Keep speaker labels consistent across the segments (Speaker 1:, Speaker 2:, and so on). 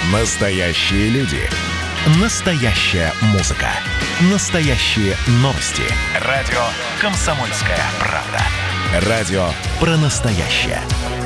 Speaker 1: Настоящие люди. Настоящая музыка. Настоящие новости. Радио «Комсомольская правда». Радио про настоящее.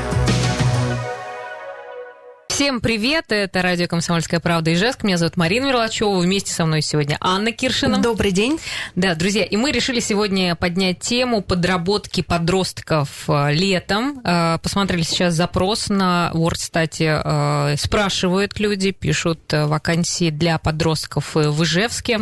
Speaker 2: Всем привет, это радио «Комсомольская правда» Ижевск. Меня зовут Марина Мерлачева, вместе со мной сегодня Анна Киршина.
Speaker 3: Добрый день.
Speaker 2: Да, друзья, и мы решили сегодня поднять тему подработки подростков летом. Посмотрели сейчас запрос на WordStat, спрашивают люди, пишут вакансии для подростков в Ижевске.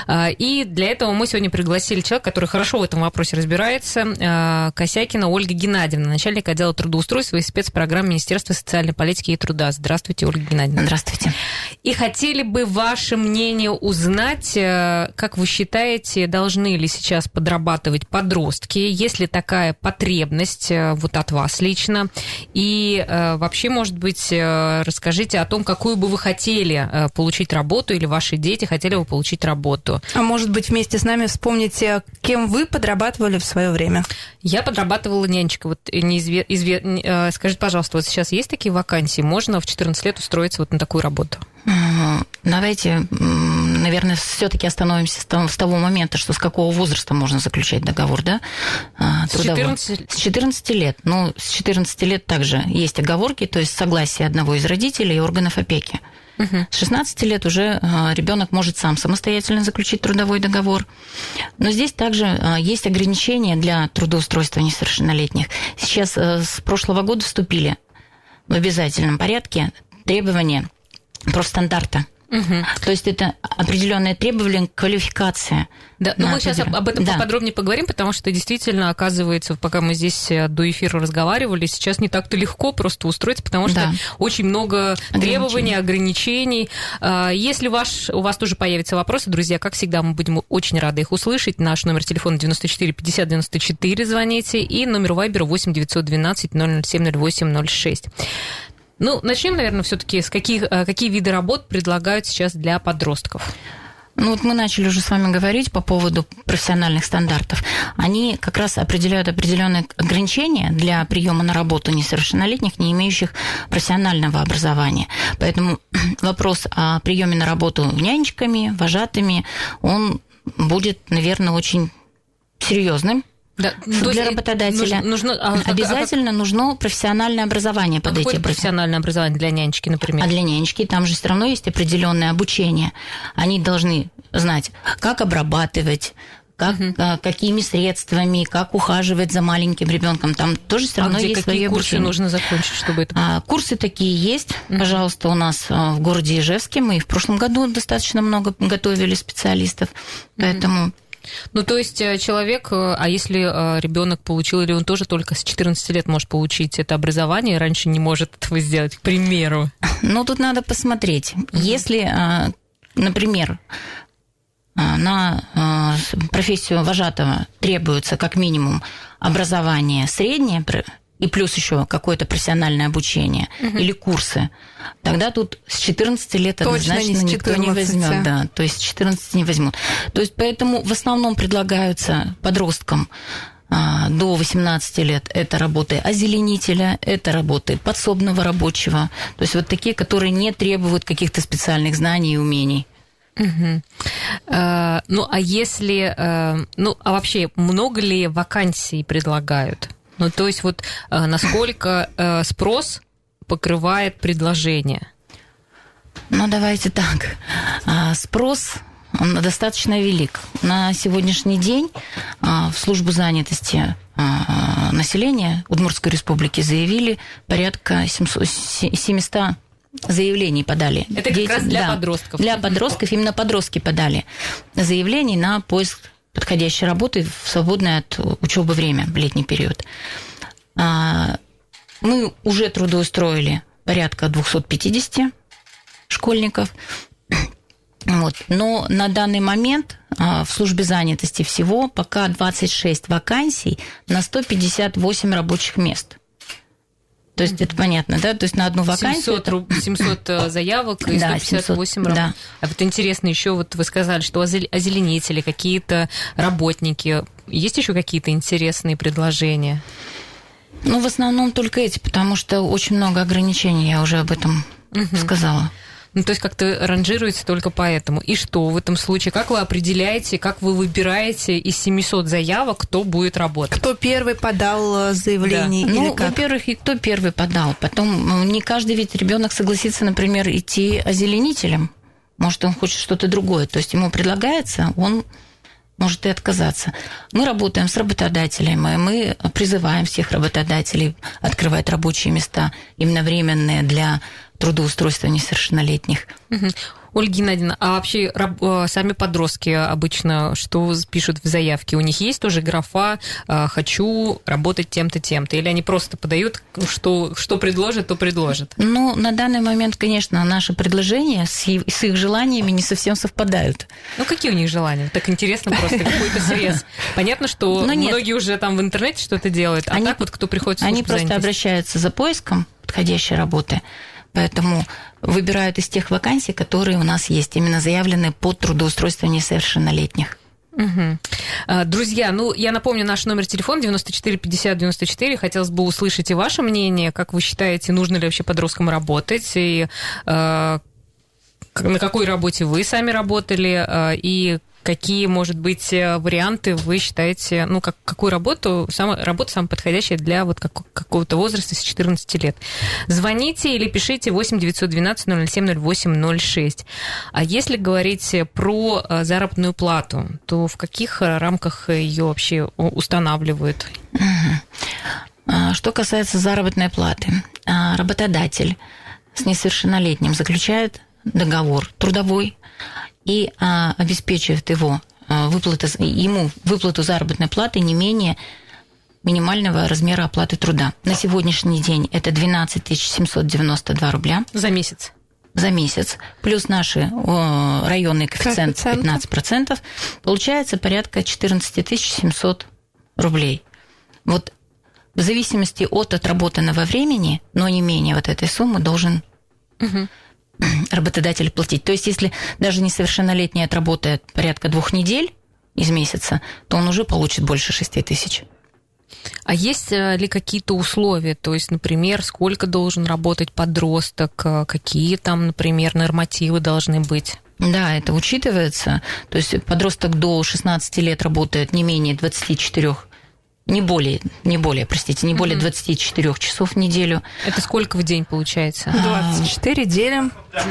Speaker 2: И для этого мы сегодня пригласили человека, который хорошо в этом вопросе разбирается, Косякина Ольга Геннадьевна, начальник отдела трудоустройства и спецпрограмм Министерства социальной политики и труда. Здравствуйте, Ольга Геннадьевна.
Speaker 3: Здравствуйте.
Speaker 2: И хотели бы ваше мнение узнать, как вы считаете, должны ли сейчас подрабатывать подростки, есть ли такая потребность вот от вас лично, и вообще, может быть, расскажите о том, какую бы вы хотели получить работу, или ваши дети хотели бы получить работу.
Speaker 3: А может быть, вместе с нами вспомните, кем вы подрабатывали в свое время?
Speaker 2: Я подрабатывала нянечкой. Вот скажите, пожалуйста, вот сейчас есть такие вакансии? Можно в 14 лет устроиться вот на такую работу?
Speaker 4: Давайте, наверное, все-таки остановимся с того момента, что с какого возраста можно заключать договор, да?
Speaker 2: С 14?
Speaker 4: С 14 лет. Ну, с 14 лет также есть оговорки, то есть согласие одного из родителей и органов опеки. С 16 лет уже ребенок может сам самостоятельно заключить трудовой договор. Но здесь также есть ограничения для трудоустройства несовершеннолетних. Сейчас с прошлого года вступили в обязательном порядке требования профстандарта. То есть это определенные требования к квалификации.
Speaker 2: Да, но мы сейчас об этом поподробнее поговорим, потому что действительно, оказывается, пока мы здесь до эфира разговаривали, сейчас не так-то легко просто устроиться, потому что очень много требований, ограничений. Если у вас тоже появятся вопросы, друзья, как всегда, мы будем очень рады их услышать. Наш номер телефона 94 50 94, звоните, и номер вайбера 8 912 007 08 06. Ну, начнем, наверное, все-таки с какие виды работ предлагают сейчас для подростков?
Speaker 4: Ну, вот мы начали уже с вами говорить по поводу профессиональных стандартов. Они как раз определяют определенные ограничения для приема на работу несовершеннолетних, не имеющих профессионального образования. Поэтому вопрос о приеме на работу нянечками, вожатыми, он будет, наверное, очень серьезным.
Speaker 2: Да,
Speaker 4: для работодателя обязательно нужно профессиональное образование под эти.
Speaker 2: Какое профессиональное образование для нянечки, например?
Speaker 4: А для нянечки там же все равно есть определенное обучение. Они должны знать, как обрабатывать, какими средствами, как ухаживать за маленьким ребенком. Там тоже все равно есть свои обучения.
Speaker 2: Какие курсы нужно закончить, чтобы это...
Speaker 4: Курсы такие есть. Пожалуйста, у нас в городе Ижевске. Мы и в прошлом году достаточно много готовили специалистов. Поэтому...
Speaker 2: Ну, то есть человек, а если ребенок получил, или он тоже только с 14 лет может получить это образование, и раньше не может этого сделать, к примеру?
Speaker 4: Ну, тут надо посмотреть. Если, например, на профессию вожатого требуется как минимум образование среднее, и плюс еще какое-то профессиональное обучение или курсы, тогда тут с 14 лет однозначно никто не возьмет. Да, то есть с 14 не возьмут. То есть поэтому в основном предлагаются подросткам до 18 лет это работы озеленителя, это работы подсобного рабочего. То есть вот такие, которые не требуют каких-то специальных знаний и умений.
Speaker 2: Ну, а если... Ну, а вообще, много ли вакансий предлагают? Ну, то есть вот насколько спрос покрывает предложение?
Speaker 4: Ну, давайте так. Спрос, он достаточно велик. На сегодняшний день в службу занятости населения Удмуртской республики заявили порядка 700 заявлений подали.
Speaker 2: Это как раз для подростков?
Speaker 4: Для подростков, именно подростки подали заявлений на поиск подходящей работы в свободное от учебы время, в летний период. Мы уже трудоустроили порядка 250 школьников. Вот. Но на данный момент в службе занятости всего пока 26 вакансий на 158 рабочих мест. То есть это понятно, да? То есть на одну вакансию...
Speaker 2: 700 заявок и 158 работ. Да. А вот интересно, еще вот вы сказали, что озеленители, какие-то работники. Есть еще какие-то интересные предложения?
Speaker 4: Ну, в основном только эти, потому что очень много ограничений, я уже об этом сказала.
Speaker 2: Ну, то есть как-то ранжируете только поэтому. И что в этом случае? Как вы определяете, как вы выбираете из 700 заявок, кто будет работать?
Speaker 3: Кто первый подал заявление?
Speaker 4: Да.
Speaker 3: Или
Speaker 4: ну,
Speaker 3: как?
Speaker 4: во-первых, и кто первый подал. Потом не каждый ведь ребенок согласится, например, идти озеленителем. Может, он хочет что-то другое. То есть ему предлагается, он может и отказаться. Мы работаем с работодателями, мы призываем всех работодателей открывать рабочие места, именно временные для трудоустройства несовершеннолетних.
Speaker 2: Ольга Геннадьевна, а вообще сами подростки обычно что пишут в заявке? У них есть тоже графа «хочу работать тем-то, тем-то»? Или они просто подают, что предложат, то предложат?
Speaker 4: Ну, на данный момент, конечно, наши предложения с их желаниями не совсем совпадают.
Speaker 2: Ну, какие у них желания? Так интересно просто, какой-то срез. Понятно, что многие уже там в интернете что-то делают, а так вот кто приходит в службу
Speaker 4: занятости? Они просто обращаются за поиском подходящей работы, поэтому выбирают из тех вакансий, которые у нас есть, именно заявлены под трудоустройство несовершеннолетних.
Speaker 2: Угу. Друзья, я напомню, наш номер телефона 94 50 94. Хотелось бы услышать и ваше мнение, как вы считаете, нужно ли вообще подросткам работать, и на какой работе вы сами работали, и какие, может быть, варианты вы считаете, какую работа самая подходящая для вот какого-то возраста с 14 лет. Звоните или пишите 8 912 007 08 06. А если говорить про заработную плату, то в каких рамках ее вообще устанавливают?
Speaker 4: Что касается заработной платы, работодатель с несовершеннолетним заключает договор трудовой и обеспечивает ему выплату заработной платы не менее минимального размера оплаты труда. На сегодняшний день это 12 792 рубля.
Speaker 2: За месяц?
Speaker 4: За месяц. Плюс наши районный коэффициент 15%. Получается порядка 14 700 рублей. Вот в зависимости от отработанного времени, но не менее вот этой суммы должен работодатель платить. То есть, если даже несовершеннолетний отработает порядка 2 недель из месяца, то он уже получит больше 6 тысяч.
Speaker 2: А есть ли какие-то условия? То есть, например, сколько должен работать подросток, какие там, например, нормативы должны быть?
Speaker 4: Да, это учитывается. То есть, подросток до 16 лет работает не менее 24 не более 24 часов в неделю.
Speaker 2: Это сколько в день получается?
Speaker 3: 24 делим на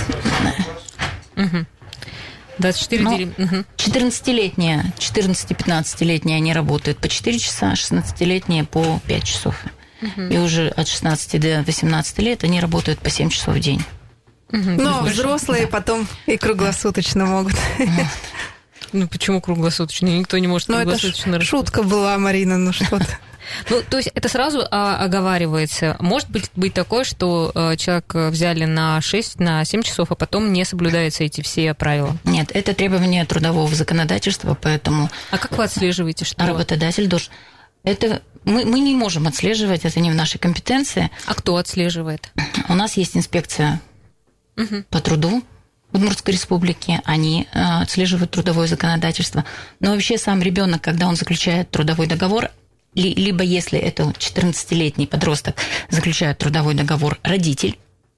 Speaker 3: 5.
Speaker 2: 24 делим.
Speaker 4: 14-летние, 14-15-летние они работают по 4 часа, 16-летние по 5 часов. И уже от 16 до 18 лет они работают по 7 часов в день.
Speaker 3: Но взрослые потом и круглосуточно могут.
Speaker 2: Почему круглосуточно? Никто не может круглосуточно работать.
Speaker 3: Шутка была, Марина, что-то.
Speaker 2: То есть это сразу оговаривается. Может быть такое, что человек взяли на 6-7 часов, а потом не соблюдаются эти все правила?
Speaker 4: Нет, это требование трудового законодательства, поэтому...
Speaker 2: А как вы отслеживаете, что...
Speaker 4: Работодатель должен... Это мы не можем отслеживать, это не в нашей компетенции.
Speaker 2: А кто отслеживает?
Speaker 4: У нас есть инспекция по труду Удмуртской республики, они отслеживают трудовое законодательство. Но вообще сам ребенок, когда он заключает трудовой договор, либо если это 14-летний подросток заключает трудовой договор родитель,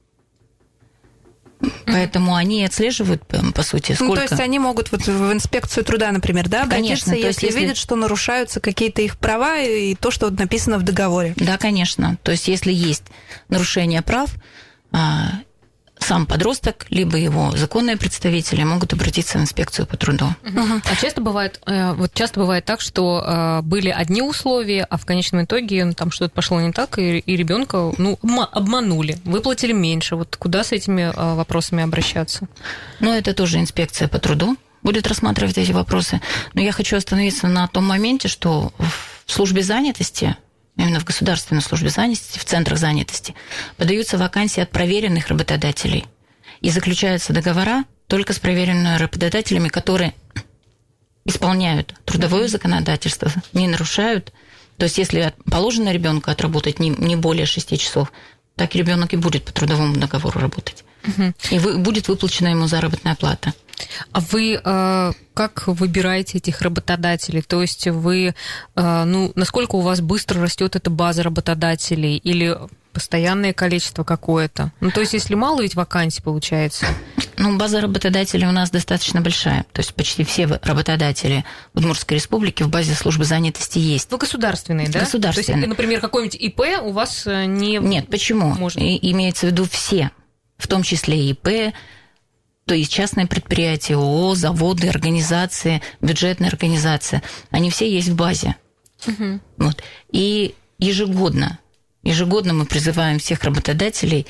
Speaker 4: поэтому они отслеживают, по сути, сколько...
Speaker 3: то есть они могут вот в инспекцию труда, например, да, обратиться,
Speaker 4: конечно,
Speaker 3: если видят, что нарушаются какие-то их права и то, что вот написано в договоре.
Speaker 4: Да, конечно. То есть если есть нарушение прав, сам подросток, либо его законные представители могут обратиться в инспекцию по труду.
Speaker 2: А часто бывает так, что были одни условия, а в конечном итоге там что-то пошло не так, и ребенка обманули, выплатили меньше. Вот куда с этими вопросами обращаться?
Speaker 4: Это тоже инспекция по труду будет рассматривать эти вопросы. Но я хочу остановиться на том моменте, что в службе занятости, именно в государственной службе занятости, в центрах занятости, подаются вакансии от проверенных работодателей. И заключаются договора только с проверенными работодателями, которые исполняют трудовое законодательство, не нарушают. То есть, если положено ребенку отработать не более 6 часов, так и ребенок и будет по трудовому договору работать. И будет выплачена ему заработная плата.
Speaker 2: А вы как выбираете этих работодателей? То есть вы, насколько у вас быстро растет эта база работодателей? Или постоянное количество какое-то? Ну, то есть, если мало, ведь вакансий получается.
Speaker 4: Ну, база работодателей у нас достаточно большая. То есть, почти все работодатели Удмуртской республики в базе службы занятости есть.
Speaker 2: Ну, государственные, да?
Speaker 4: Государственные.
Speaker 2: То есть, например, какой-нибудь ИП у вас не...
Speaker 4: Нет, почему? Имеется в виду все, в том числе и ИП, то есть частные предприятия, ООО, заводы, организации, бюджетные организации. Они все есть в базе. Угу. Вот. И ежегодно мы призываем всех работодателей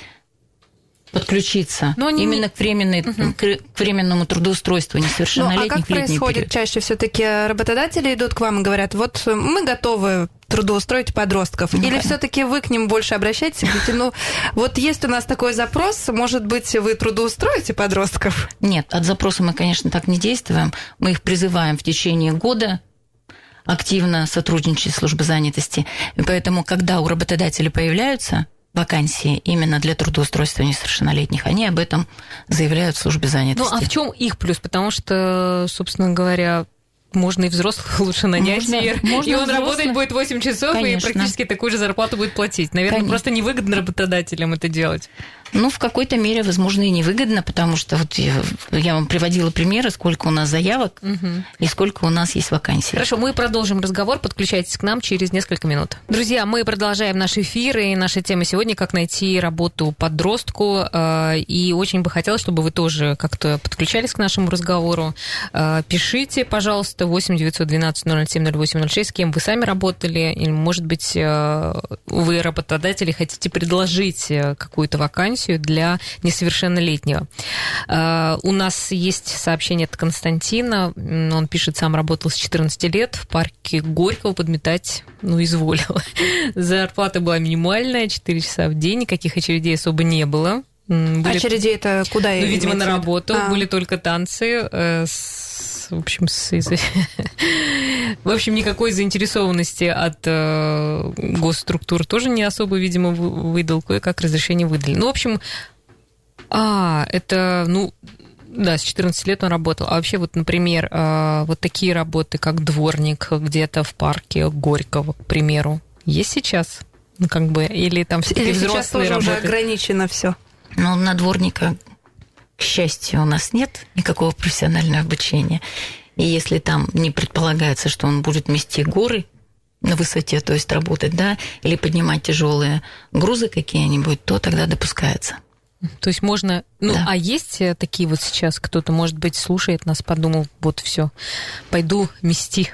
Speaker 4: подключиться именно к временному трудоустройству несовершеннолетних в летний период.
Speaker 3: А как происходит чаще? Все-таки работодатели идут к вам и говорят, вот мы готовы трудоустроить подростков. Или все-таки вы к ним больше обращаетесь и говорите, вот есть у нас такой запрос, может быть, вы трудоустроите подростков?
Speaker 4: Нет, от запроса мы, конечно, так не действуем. Мы их призываем в течение года активно сотрудничать с службой занятости. И поэтому, когда у работодателя появляются вакансии именно для трудоустройства несовершеннолетних, они об этом заявляют в службе занятости.
Speaker 2: Ну, а в чем их плюс? Потому что, собственно говоря, можно и взрослых лучше нанять, и он работать будет 8 часов, конечно, и практически такую же зарплату будет платить. Наверное, просто невыгодно работодателям это делать.
Speaker 4: Ну, в какой-то мере, возможно, и невыгодно, потому что вот я вам приводила примеры, сколько у нас заявок и сколько у нас есть вакансий.
Speaker 2: Хорошо, мы продолжим разговор. Подключайтесь к нам через несколько минут. Друзья, мы продолжаем наш эфир, и наша тема сегодня – как найти работу подростку. И очень бы хотелось, чтобы вы тоже как-то подключались к нашему разговору. Пишите, пожалуйста, 8 912 007 0806, с кем вы сами работали, или, может быть, вы, работодатели, хотите предложить какую-то вакансию для несовершеннолетнего. У нас есть сообщение от Константина. Он пишет, сам работал с 14 лет в парке Горького, подметать, изволил. Зарплата была минимальная, 4 часа в день, никаких очередей особо не было.
Speaker 3: Очереди это куда?
Speaker 2: Видимо, на работу. Были только танцы в общем, никакой заинтересованности от госструктур тоже не особо, видимо, выдал. Кое-как разрешение выдали. В общем, это, да, с 14 лет он работал. А вообще, например, вот такие работы, как дворник где-то в парке Горького, к примеру, есть сейчас? Или там все-таки взрослые работы?
Speaker 3: Уже ограничено все.
Speaker 4: На дворника, к счастью, у нас нет никакого профессионального обучения. И если там не предполагается, что он будет мести горы на высоте, то есть работать, да, или поднимать тяжелые грузы какие-нибудь, то тогда допускается.
Speaker 2: То есть можно... Да. А есть такие вот сейчас, кто-то, может быть, слушает нас, подумал, вот все, пойду мести.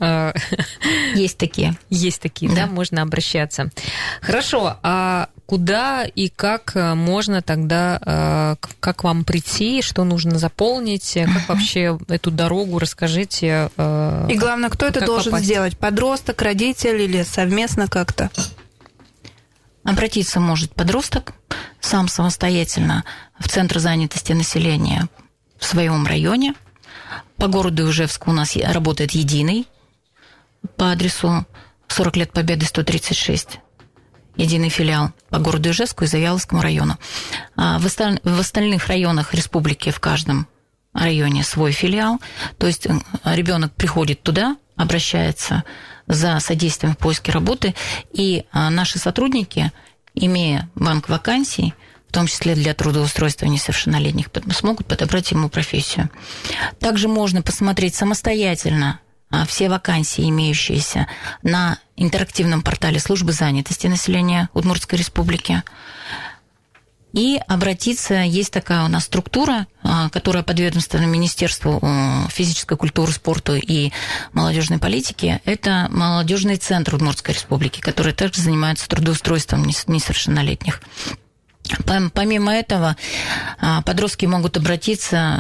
Speaker 4: Есть такие.
Speaker 2: Есть такие, да, можно обращаться. Хорошо, а куда и как можно тогда, как вам прийти, что нужно заполнить, как вообще эту дорогу, расскажите.
Speaker 3: И главное, кто это должен сделать? Подросток, родитель или совместно как-то?
Speaker 4: Обратиться может подросток сам самостоятельно в Центр занятости населения в своем районе. По городу Ижевску у нас работает единый по адресу 40 лет Победы 136. Единый филиал по городу Ижевску и Завьяловскому району. В остальных районах республики в каждом районе свой филиал. То есть ребенок приходит туда, обращается за содействием в поиске работы, и наши сотрудники, имея банк вакансий, в том числе для трудоустройства несовершеннолетних, смогут подобрать ему профессию. Также можно посмотреть самостоятельно все вакансии, имеющиеся на интерактивном портале службы занятости населения Удмуртской республики. И обратиться, есть такая у нас структура, которая подведомственна Министерству физической культуры, спорта и молодежной политики. Это молодежный центр Удмуртской республики, который также занимается трудоустройством несовершеннолетних. Помимо этого, подростки могут обратиться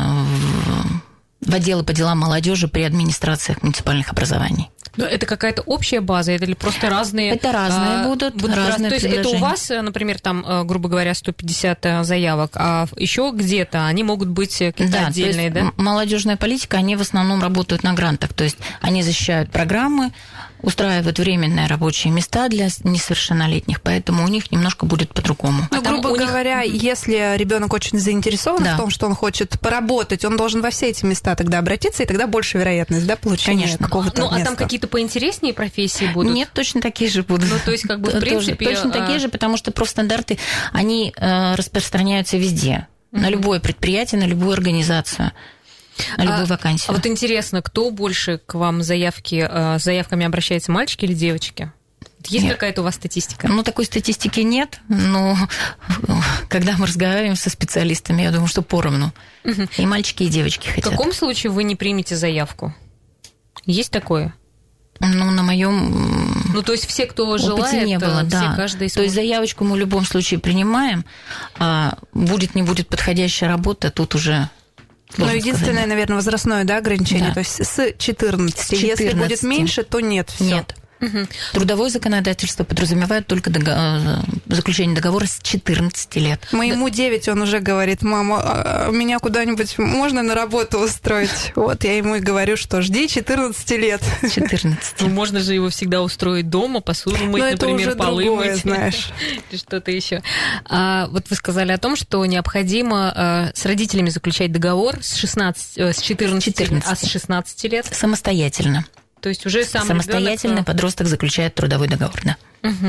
Speaker 4: в отделы по делам молодежи при администрациях муниципальных образований.
Speaker 2: Но это какая-то общая база или просто разные?
Speaker 4: Это разные будут разные.
Speaker 2: То есть это у вас, например, там, грубо говоря, 150 заявок, а еще где-то они могут быть какие-то отдельные, да?
Speaker 4: Молодежная политика, они в основном работают на грантах, то есть они защищают программы, устраивают временные рабочие места для несовершеннолетних, поэтому у них немножко будет по-другому.
Speaker 3: Ну, грубо говоря, если ребенок очень заинтересован в том, что он хочет поработать, он должен во все эти места тогда обратиться, и тогда больше вероятность, да, получения какого-то места.
Speaker 2: А там какие-то поинтереснее профессии будут?
Speaker 4: Нет, точно такие же будут.
Speaker 2: Ну, то есть, как бы, в принципе...
Speaker 4: Точно такие же, потому что профстандарты, они распространяются везде, на любое предприятие, на любую организацию. На любую вакансию.
Speaker 2: А вот интересно, кто больше к вам с заявками обращается, мальчики или девочки? Есть какая-то у вас статистика?
Speaker 4: Ну, такой статистики нет, но когда мы разговариваем со специалистами, я думаю, что поровну. И мальчики, и девочки хотят.
Speaker 2: В каком случае вы не примете заявку? Есть такое?
Speaker 4: Ну, на моем
Speaker 2: то есть все, кто желает,
Speaker 4: не было,
Speaker 2: все, каждый...
Speaker 4: То есть заявочку мы в любом случае принимаем, а будет-не будет подходящая работа, тут уже...
Speaker 3: Ну, единственное, наверное, возрастное, ограничение, то есть с 14. Если будет меньше, то нет. Всё.
Speaker 4: Нет. Трудовое законодательство подразумевает только заключение договора с 14 лет.
Speaker 3: Моему 9 он уже говорит: мама, меня куда-нибудь можно на работу устроить? Вот я ему и говорю, что жди 14 лет.
Speaker 4: 14.
Speaker 2: Ну, можно же его всегда устроить дома, посуду мыть, например, полы мыть.
Speaker 3: Знаешь.
Speaker 2: Или что-то еще. Вот вы сказали о том, что необходимо с родителями заключать договор с 14, а с 16 лет?
Speaker 4: Самостоятельно.
Speaker 2: То есть уже сам
Speaker 4: самостоятельно подросток заключает трудовой договор, да.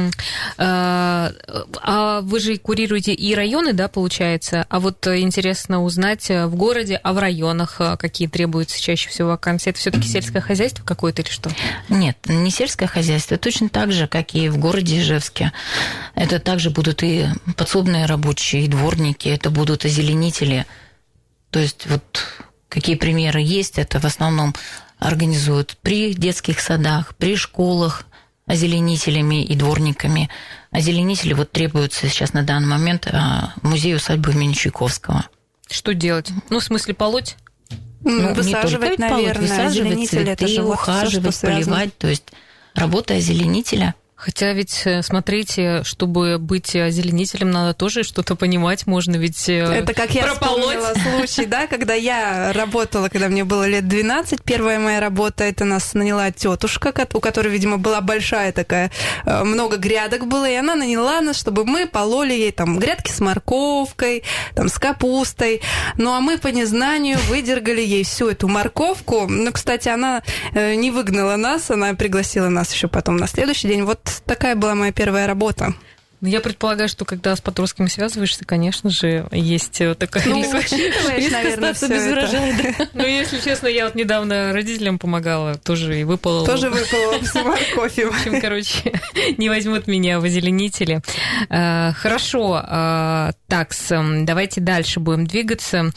Speaker 2: А вы же курируете и районы, да, получается? А вот интересно узнать в городе, а в районах какие требуются чаще всего вакансии? Это все-таки сельское хозяйство какое-то или что?
Speaker 4: Нет, не сельское хозяйство. Точно так же, как и в городе Ижевске. Это также будут и подсобные рабочие, и дворники, это будут озеленители. То есть вот какие примеры есть, это в основном организуют при детских садах, при школах озеленителями и дворниками. Озеленители вот требуются сейчас на данный момент в музее-усадьбы имени Чайковского.
Speaker 2: Что делать? Ну, в смысле, полоть?
Speaker 3: Высаживать, наверное,
Speaker 4: высаживать цветы, ухаживать, поливать. То есть работа озеленителя.
Speaker 2: Хотя ведь, смотрите, чтобы быть озеленителем, надо тоже что-то понимать, можно ведь
Speaker 3: это как я вспомнила случай, да, когда я работала, когда мне было лет 12, первая моя работа, это нас наняла тетушка, у которой, видимо, была большая такая, много грядок было, и она наняла нас, чтобы мы пололи ей там грядки с морковкой, там с капустой, ну а мы по незнанию выдергали ей всю эту морковку, ну, кстати, она не выгнала нас, она пригласила нас еще потом на следующий день, вот такая была моя первая работа.
Speaker 2: Я предполагаю, что когда с подростками связываешься, конечно же, есть такая риск,
Speaker 3: наверное,
Speaker 2: остаться без урожая. Да? Ну, если честно, я вот недавно родителям помогала, тоже и выпала.
Speaker 3: Тоже выпала всю морковь.
Speaker 2: В общем, короче, не возьмут меня в озеленители. Хорошо, так, давайте дальше будем двигаться.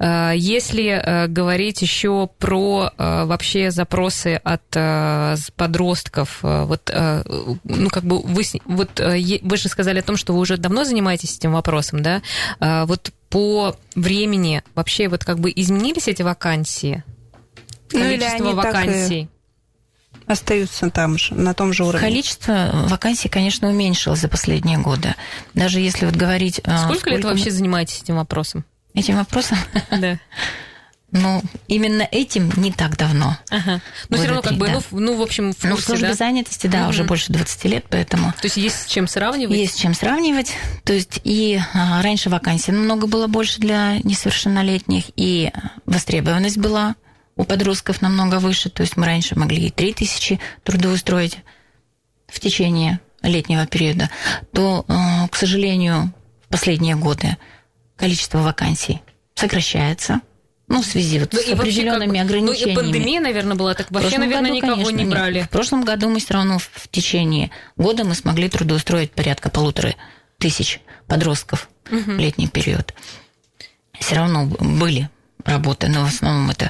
Speaker 2: Если говорить еще про вообще запросы от подростков, вот, ну, как бы вы же сказали о том, что вы уже давно занимаетесь этим вопросом, да? Вот по времени вообще вот как бы изменились эти вакансии? Количество вакансий?
Speaker 3: Остаются там же, на том же уровне.
Speaker 4: Количество вакансий, конечно, уменьшилось за последние годы. Даже если вот говорить...
Speaker 2: Сколько лет вы вообще занимаетесь этим вопросом?
Speaker 4: Этим вопросом?
Speaker 2: Да.
Speaker 4: Ну, именно этим не так давно.
Speaker 2: Ага. Но все равно, как бы, ну, в общем, в курсе,
Speaker 4: в службе занятости, да, уже больше 20 лет, поэтому...
Speaker 2: То есть есть с чем сравнивать?
Speaker 4: Есть с чем сравнивать. То есть и раньше вакансий намного было больше для несовершеннолетних, и востребованность была у подростков намного выше. То есть мы раньше могли и 3000 трудоустроить в течение летнего периода. То, к сожалению, в последние годы количество вакансий сокращается. Ну, в связи вот с определенными ограничениями.
Speaker 2: Ну, и пандемия, наверное, была, так вообще, наверное,
Speaker 4: году,
Speaker 2: никого
Speaker 4: конечно,
Speaker 2: не брали.
Speaker 4: Нет. В прошлом году мы все равно в течение года мы смогли трудоустроить порядка 1500 подростков в летний период. Все равно были работы, но в основном это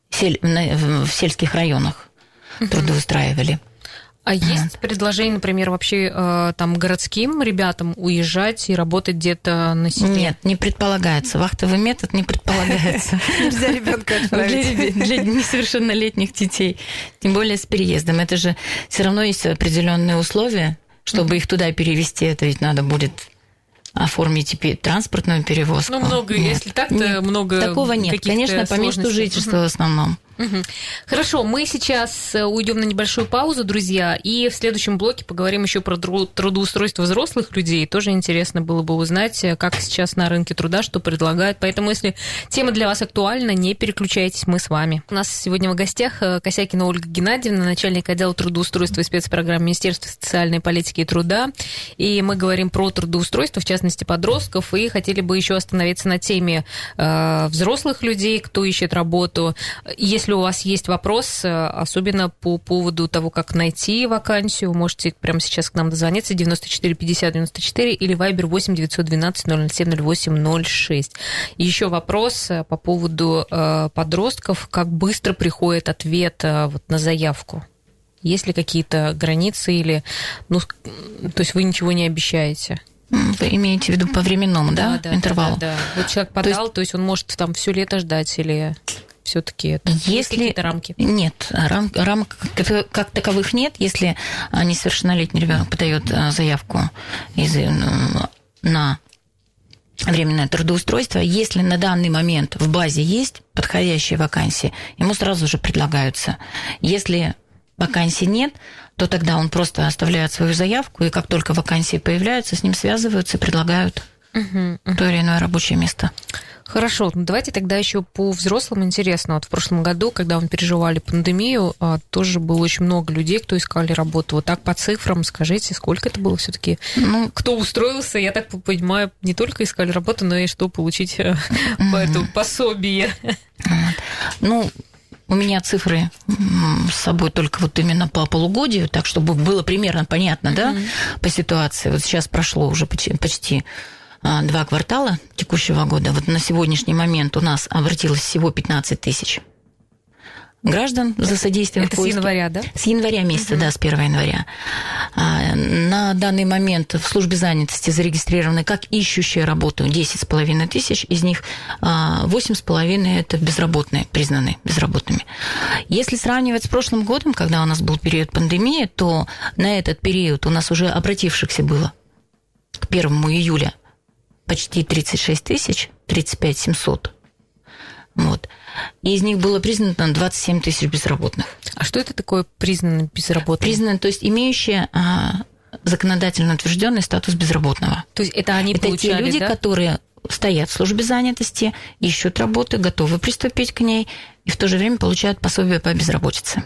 Speaker 4: в сельских районах трудоустраивали.
Speaker 2: А есть предложение, например, вообще там городским ребятам уезжать и работать где-то на селе?
Speaker 4: Нет, не предполагается. Вахтовый метод не предполагается.
Speaker 3: Нельзя ребенка отправить.
Speaker 4: Для несовершеннолетних детей. Тем более с переездом. Это же все равно есть определенные условия, чтобы их туда перевести. Это ведь надо будет оформить транспортную перевозку.
Speaker 2: Ну, много, если так-то много.
Speaker 4: Такого нет. Конечно, по месту жительства в основном.
Speaker 2: Хорошо, мы сейчас уйдем на небольшую паузу, друзья, и в следующем блоке поговорим еще про трудоустройство взрослых людей. Тоже интересно было бы узнать, как сейчас на рынке труда, что предлагают. Поэтому, если тема для вас актуальна, не переключайтесь, мы с вами. У нас сегодня в гостях Косякина Ольга Геннадьевна, начальник отдела трудоустройства и спецпрограмм Министерства социальной политики и труда. И мы говорим про трудоустройство, в частности, подростков, и хотели бы еще остановиться на теме взрослых людей, кто ищет работу. Если у вас есть вопрос, особенно по поводу того, как найти вакансию, можете прямо сейчас к нам дозвониться 94 50 94 или Viber 8 912 007 08 06. Еще вопрос по поводу подростков. Как быстро приходит ответ вот на заявку? Есть ли какие-то границы или... то есть вы ничего не обещаете?
Speaker 4: Вы имеете в виду по временному, да, интервалу?
Speaker 2: Да. Вот человек подал, то есть он может там все лето ждать или... Все-таки есть какие-то рамки?
Speaker 4: Нет, рамок как таковых нет. Если несовершеннолетний ребенок подает заявку на временное трудоустройство, если на данный момент в базе есть подходящие вакансии, ему сразу же предлагаются. Если вакансий нет, то тогда он просто оставляет свою заявку, и как только вакансии появляются, с ним связываются и предлагают то или иное рабочее место.
Speaker 2: Хорошо, давайте тогда еще по взрослым интересно. Вот в прошлом году, когда мы переживали пандемию, тоже было очень много людей, кто искали работу. Вот так по цифрам скажите, сколько это было все-таки? Кто устроился, я так понимаю, не только искали работу, но и что получить пособие.
Speaker 4: У меня цифры с собой только вот именно по полугодию, так чтобы было примерно понятно, да, по ситуации. Вот сейчас прошло уже почти 2 квартала текущего года. Вот на сегодняшний момент у нас обратилось всего 15 тысяч граждан за содействием в поиске.
Speaker 2: Это с января, да?
Speaker 4: С января месяца, да, с 1 января. На данный момент в службе занятости зарегистрированы как ищущие работу 10,5 тысяч, из них 8,5 это безработные, признаны безработными. Если сравнивать с прошлым годом, когда у нас был период пандемии, то на этот период у нас уже обратившихся было к 1 июля почти 36 тысяч, 35 700. Вот. И из них было признано 27 тысяч безработных.
Speaker 2: А что это такое признанные безработные?
Speaker 4: Признанные, то есть имеющие законодательно утвержденный статус безработного.
Speaker 2: То есть это они получали,
Speaker 4: те люди,
Speaker 2: да?
Speaker 4: которые стоят в службе занятости, ищут работу, готовы приступить к ней, и в то же время получают пособие по безработице.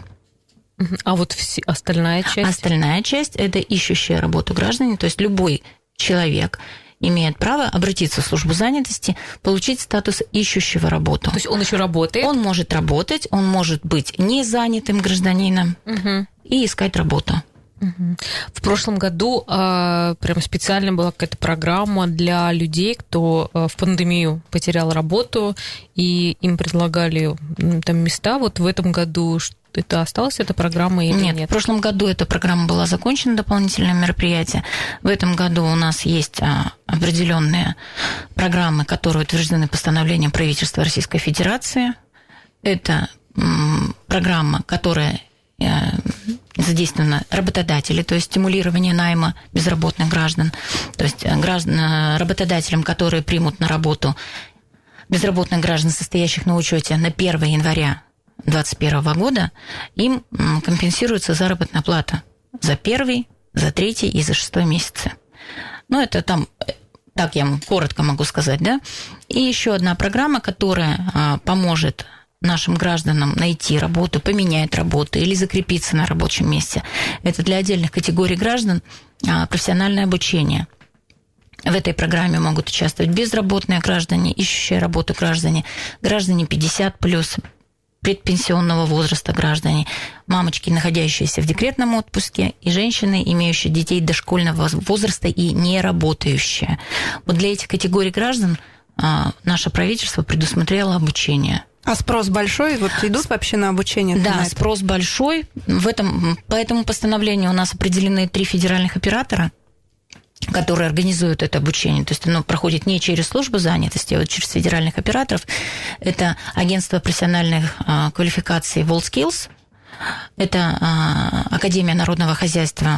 Speaker 2: А вот остальная часть?
Speaker 4: Остальная часть – это ищущие работу граждане, то есть любой человек имеет право обратиться в службу занятости, получить статус ищущего работу.
Speaker 2: То есть он еще работает?
Speaker 4: Он может работать, он может быть незанятым гражданином и искать работу.
Speaker 2: В прошлом году прям специально была какая-то программа для людей, кто в пандемию потерял работу, и им предлагали там места. Вот в этом году это осталась эта программа или нет?
Speaker 4: В прошлом году эта программа была закончена, дополнительное мероприятие. В этом году у нас есть определенные программы, которые утверждены постановлением правительства Российской Федерации. Это программа, которая задействованы работодатели, то есть стимулирование найма безработных граждан, то есть работодателям, которые примут на работу безработных граждан, состоящих на учете на 1 января 2021 года, им компенсируется заработная плата за 1, за 3 и за 6 месяцы. Это там, так я коротко могу сказать, да. И еще одна программа, которая поможет нашим гражданам найти работу, поменять работу или закрепиться на рабочем месте. Это для отдельных категорий граждан профессиональное обучение. В этой программе могут участвовать безработные граждане, ищущие работу граждане, граждане 50+, предпенсионного возраста граждане, мамочки, находящиеся в декретном отпуске, и женщины, имеющие детей дошкольного возраста и не работающие. Вот для этих категорий граждан наше правительство предусмотрело обучение.
Speaker 3: А спрос большой? Вот идут вообще на обучение?
Speaker 4: Да, спрос большой. По этому постановлению у нас определены 3 федеральных оператора, которые организуют это обучение. То есть оно проходит не через службу занятости, а вот через федеральных операторов. Это агентство профессиональных квалификаций WorldSkills, это Академия народного хозяйства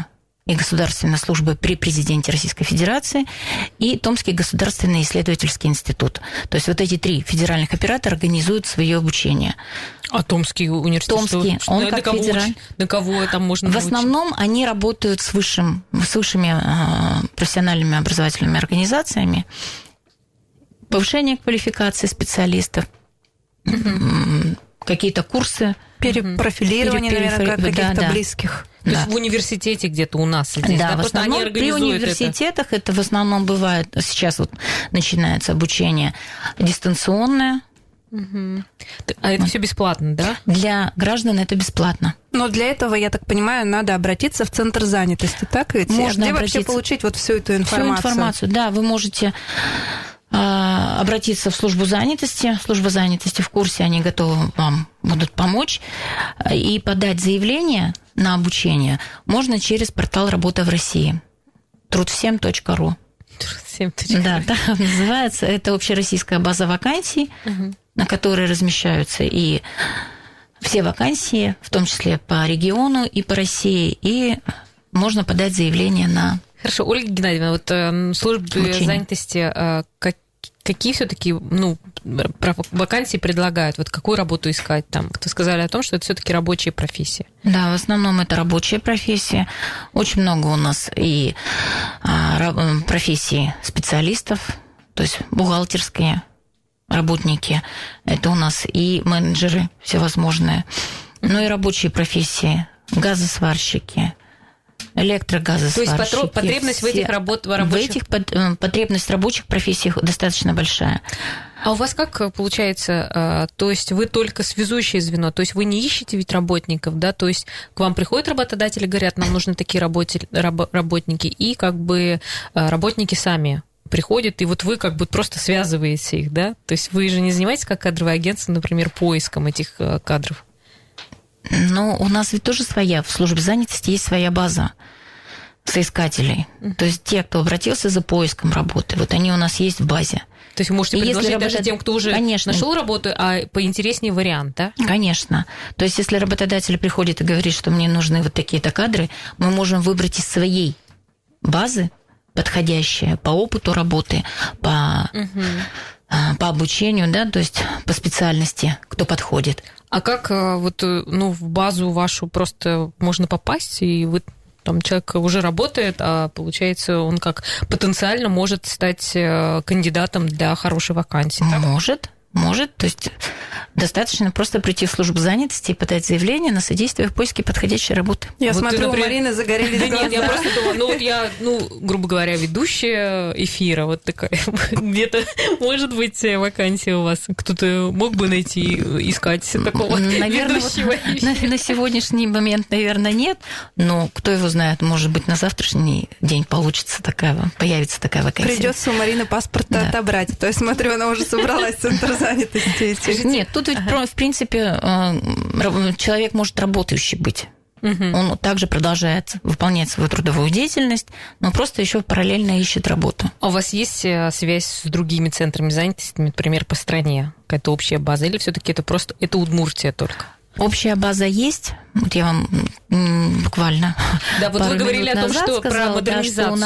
Speaker 4: и государственной службы при президенте Российской Федерации и Томский государственный исследовательский институт. То есть вот эти 3 федеральных оператора организуют свое обучение.
Speaker 2: А Томский университет?
Speaker 4: Томский, он как федеральный.
Speaker 2: На кого там можно
Speaker 4: научить? В основном они работают с высшими профессиональными образовательными организациями. Повышение квалификации специалистов, какие-то курсы.
Speaker 3: Перепрофилирование, наверное, каких-то близких.
Speaker 2: То есть в университете где-то у нас здесь,
Speaker 4: да? В основном при университетах это в основном бывает, сейчас вот начинается обучение дистанционное.
Speaker 2: А это все бесплатно, да?
Speaker 4: Для граждан это бесплатно.
Speaker 3: Но для этого, я так понимаю, надо обратиться в Центр занятости, так ведь?
Speaker 4: Можно
Speaker 3: где вообще получить вот всю эту информацию?
Speaker 4: Всю информацию, да, вы можете обратиться в службу занятости. Служба занятости в курсе, они готовы вам будут помочь. И подать заявление на обучение можно через портал «Работа в России» трудвсем.ру. Да, так называется. Это общероссийская база вакансий, на которой размещаются и все вакансии, в том числе по региону и по России, и можно подать заявление на...
Speaker 2: Хорошо, Ольга Геннадьевна, вот службы занятости какие все-таки вакансии предлагают? Вот какую работу искать там? Вы сказали о том, что это все-таки рабочие профессии.
Speaker 4: Да, в основном это рабочие профессии. Очень много у нас и профессий специалистов, то есть бухгалтерские работники. Это у нас и менеджеры всевозможные. Ну и рабочие профессии, газосварщики, электрогазосварщики.
Speaker 2: То есть потребность в этих рабочих...
Speaker 4: Потребность в рабочих профессиях достаточно большая.
Speaker 2: А у вас как получается, то есть вы только связующее звено, то есть вы не ищете ведь работников, да, то есть к вам приходят работодатели, говорят, нам нужны такие работники, и как бы работники сами приходят, и вот вы как бы просто связываете их, да? То есть вы же не занимаетесь как кадровое агентство, например, поиском этих кадров?
Speaker 4: Но у нас ведь тоже в службе занятости есть своя база соискателей. То есть те, кто обратился за поиском работы, вот они у нас есть в базе.
Speaker 2: То есть вы можете предложить даже тем, кто уже нашел работу, а поинтереснее вариант, да?
Speaker 4: Конечно. То есть если работодатель приходит и говорит, что мне нужны вот такие-то кадры, мы можем выбрать из своей базы подходящие по опыту работы, по обучению, да, то есть по специальности, кто подходит.
Speaker 2: А как вот, в базу вашу просто можно попасть, и вы там человек уже работает, а получается, он как потенциально может стать кандидатом для хорошей вакансии? Так?
Speaker 4: Может, то есть достаточно просто прийти в службу занятости и подать заявление на содействие в поиске подходящей работы.
Speaker 3: Я смотрю, у Марины загорелись глаза.
Speaker 2: Нет, я просто думала, я, грубо говоря, ведущая эфира, вот такая, где-то может быть вакансия у вас, кто-то мог бы найти, искать такого ведущего эфира?
Speaker 4: На сегодняшний момент, наверное, нет, но кто его знает, может быть, на завтрашний день появится такая вакансия.
Speaker 3: Придется у Марины паспорт отобрать, то есть, смотрю, она уже собралась в Центр занятости.
Speaker 4: Нет, тут ведь, в принципе, человек может работающий быть. Он также продолжает выполнять свою трудовую деятельность, но просто еще параллельно ищет работу.
Speaker 2: А у вас есть связь с другими центрами занятости, например, по стране? Какая-то общая база? Или все-таки это Удмуртия только?
Speaker 4: Общая база есть. Вот я вам буквально
Speaker 2: вот вы говорили о том, что
Speaker 4: сказала,
Speaker 2: про модернизацию.
Speaker 4: Что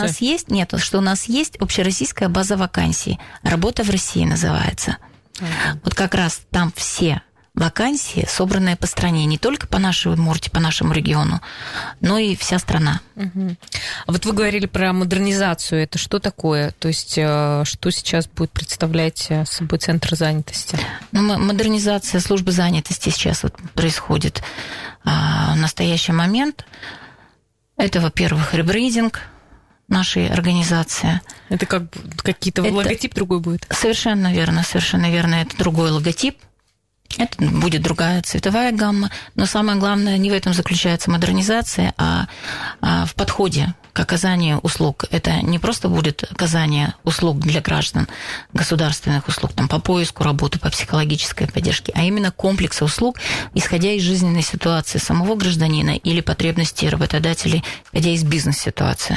Speaker 4: у нас есть общероссийская база вакансий. «Работа в России» называется. Вот как раз там все вакансии, собранные по стране, не только по нашей Удмуртии, по нашему региону, но и вся страна.
Speaker 2: А вот вы говорили про модернизацию. Это что такое? То есть что сейчас будет представлять собой Центр занятости?
Speaker 4: Модернизация службы занятости сейчас вот происходит в настоящий момент. Это, во-первых, ребрендинг нашей организации.
Speaker 2: Это как какие-то логотип другой будет? Совершенно верно.
Speaker 4: Это другой логотип. Это будет другая цветовая гамма. Но самое главное, не в этом заключается модернизация, а в подходе к оказанию услуг. Это не просто будет оказание услуг для граждан, государственных услуг там, по поиску работы, по психологической поддержке, а именно комплекса услуг, исходя из жизненной ситуации самого гражданина или потребностей работодателей, исходя из бизнес-ситуации.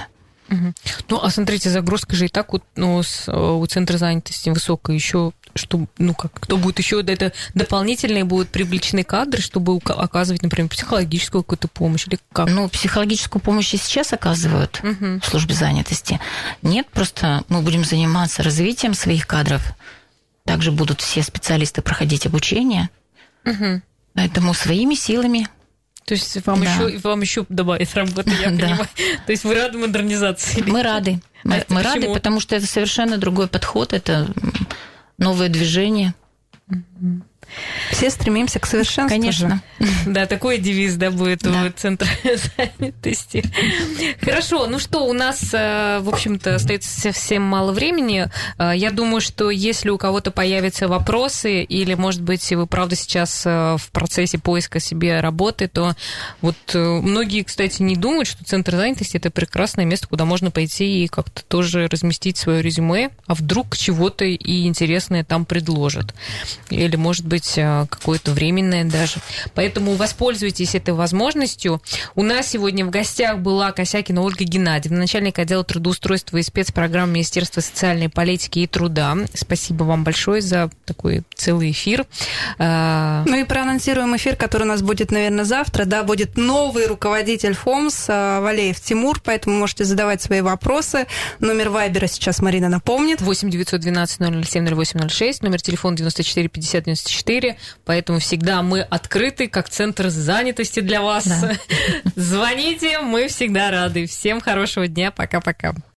Speaker 2: Ну, а смотрите, загрузка же и так у центра занятости высокая. Еще что, кто будет еще это дополнительные будут привлечены кадры, чтобы оказывать, например, психологическую какую-то помощь или как?
Speaker 4: Психологическую помощь и сейчас оказывают в службе занятости. Нет, просто мы будем заниматься развитием своих кадров. Также будут все специалисты проходить обучение. Поэтому своими силами.
Speaker 2: То есть вам еще добавить работы, я понимаю. То есть вы рады модернизации?
Speaker 4: Мы рады. Мы рады, потому что это совершенно другой подход, это новое движение.
Speaker 3: Все стремимся к совершенству.
Speaker 4: Конечно.
Speaker 2: Да, такой девиз, будет у центра занятости. Хорошо, у нас, в общем-то, остается совсем мало времени. Я думаю, что если у кого-то появятся вопросы, или, может быть, вы, правда, сейчас в процессе поиска себе работы, то многие, кстати, не думают, что центр занятости – это прекрасное место, куда можно пойти и как-то тоже разместить свое резюме, а вдруг чего-то и интересное там предложат. Или, может быть, какое-то временное даже. Поэтому воспользуйтесь этой возможностью. У нас сегодня в гостях была Косякина Ольга Геннадьевна, начальник отдела трудоустройства и спецпрограмм Министерства социальной политики и труда. Спасибо вам большое за такой целый эфир.
Speaker 3: И проанонсируем эфир, который у нас будет, наверное, завтра. Да, будет новый руководитель ФОМС Валеев Тимур, поэтому можете задавать свои вопросы. Номер Вайбера сейчас Марина напомнит.
Speaker 2: 8 912 007 0806, номер телефона 94 50 94. Поэтому всегда мы открыты, как центр занятости для вас. Да. Звоните, мы всегда рады. Всем хорошего дня. Пока-пока.